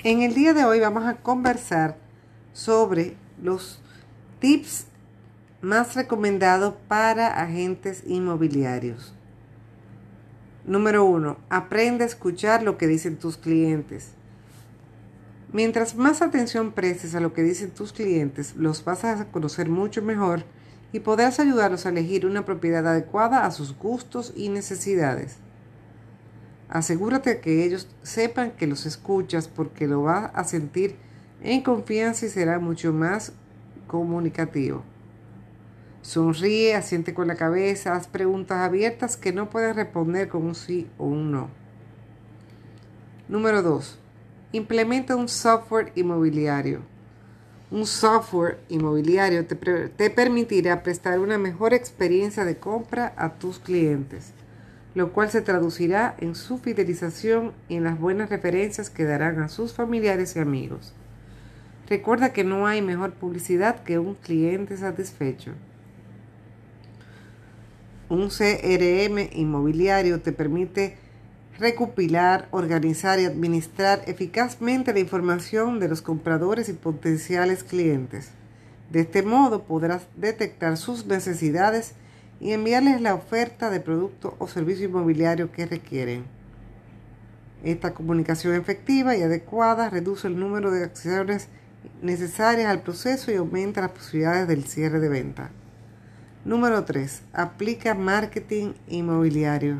En el día de hoy vamos a conversar sobre los tips más recomendados para agentes inmobiliarios. Número 1. Aprende a escuchar lo que dicen tus clientes. Mientras más atención prestes a lo que dicen tus clientes, los vas a conocer mucho mejor y podrás ayudarlos a elegir una propiedad adecuada a sus gustos y necesidades. Asegúrate de que ellos sepan que los escuchas porque lo vas a sentir en confianza y será mucho más comunicativo. Sonríe, asiente con la cabeza, haz preguntas abiertas que no puedes responder con un sí o un no. Número 2. Implementa un software inmobiliario. Un software inmobiliario te permitirá prestar una mejor experiencia de compra a tus clientes, lo cual se traducirá en su fidelización y en las buenas referencias que darán a sus familiares y amigos. Recuerda que no hay mejor publicidad que un cliente satisfecho. Un CRM inmobiliario te permite recopilar, organizar y administrar eficazmente la información de los compradores y potenciales clientes. De este modo podrás detectar sus necesidades y enviarles la oferta de producto o servicio inmobiliario que requieren. Esta comunicación efectiva y adecuada reduce el número de acciones necesarias al proceso y aumenta las posibilidades del cierre de venta. Número 3. Aplica marketing inmobiliario.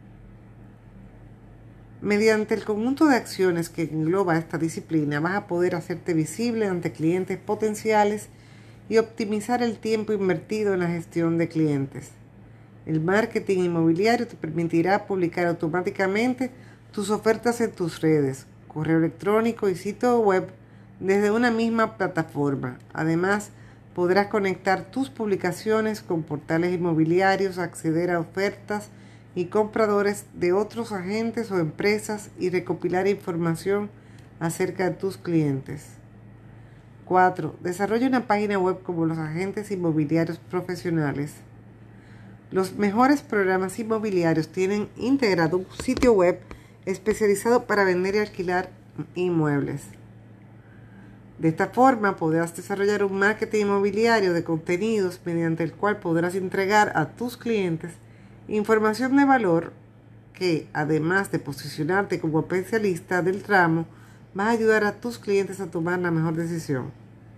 Mediante el conjunto de acciones que engloba esta disciplina, vas a poder hacerte visible ante clientes potenciales y optimizar el tiempo invertido en la gestión de clientes. El marketing inmobiliario te permitirá publicar automáticamente tus ofertas en tus redes, correo electrónico y sitio web desde una misma plataforma. Además, podrás conectar tus publicaciones con portales inmobiliarios, acceder a ofertas y compradores de otros agentes o empresas y recopilar información acerca de tus clientes. 4. Desarrolla una página web como los agentes inmobiliarios profesionales. Los mejores programas inmobiliarios tienen integrado un sitio web especializado para vender y alquilar inmuebles. De esta forma podrás desarrollar un marketing inmobiliario de contenidos mediante el cual podrás entregar a tus clientes información de valor que, además de posicionarte como especialista del ramo, va a ayudar a tus clientes a tomar la mejor decisión.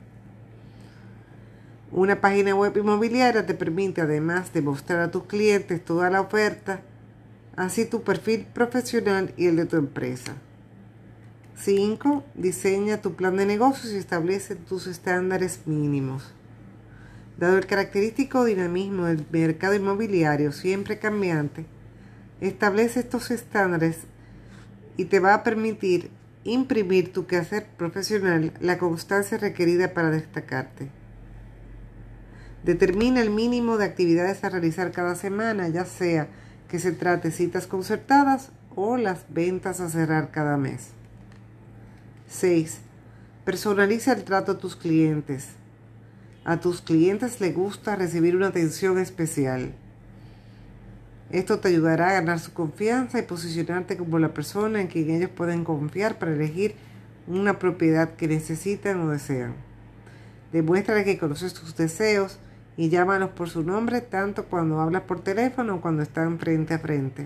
Una página web inmobiliaria te permite, además de mostrar a tus clientes toda la oferta, así tu perfil profesional y el de tu empresa. 5. Diseña tu plan de negocios y establece tus estándares mínimos. Dado el característico dinamismo del mercado inmobiliario siempre cambiante, establece estos estándares y te va a permitir imprimir tu quehacer profesional la constancia requerida para destacarte. Determina el mínimo de actividades a realizar cada semana, ya sea que se trate de citas concertadas o las ventas a cerrar cada mes. 6. Personaliza el trato a tus clientes. A tus clientes les gusta recibir una atención especial. Esto te ayudará a ganar su confianza y posicionarte como la persona en quien ellos pueden confiar para elegir una propiedad que necesitan o desean. Demuéstrale que conoces tus deseos y llámalos por su nombre tanto cuando hablas por teléfono o cuando están frente a frente.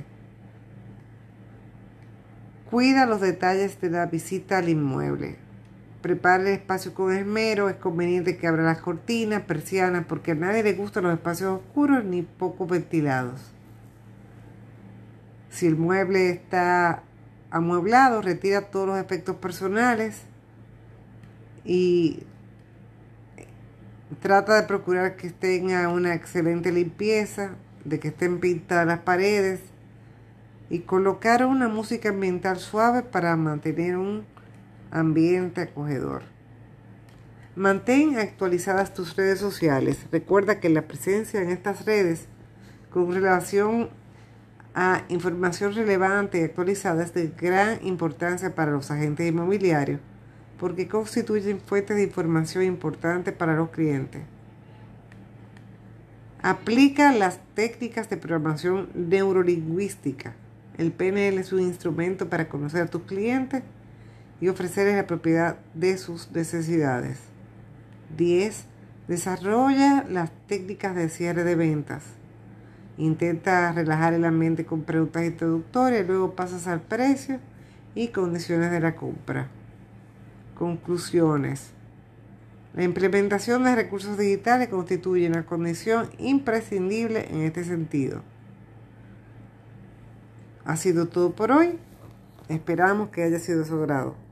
Cuida los detalles de la visita al inmueble. Prepara el espacio con esmero. Es conveniente que abra las cortinas, persianas, porque a nadie le gustan los espacios oscuros ni poco ventilados. Si el mueble está amueblado, retira todos los efectos personales y trata de procurar que tenga una excelente limpieza, de que estén pintadas las paredes y colocar una música ambiental suave para mantener un ambiente acogedor. Mantén actualizadas tus redes sociales. Recuerda que la presencia en estas redes con relación a información relevante y actualizada es de gran importancia para los agentes inmobiliarios porque constituyen fuentes de información importantes para los clientes. Aplica las técnicas de programación neurolingüística. El PNL es un instrumento para conocer a tus clientes y ofrecerles la propiedad de sus necesidades. 10. Desarrolla las técnicas de cierre de ventas. Intenta relajar el ambiente con preguntas introductorias y luego pasas al precio y condiciones de la compra. Conclusiones. La implementación de recursos digitales constituye una condición imprescindible en este sentido. Ha sido todo por hoy. Esperamos que haya sido de su agrado.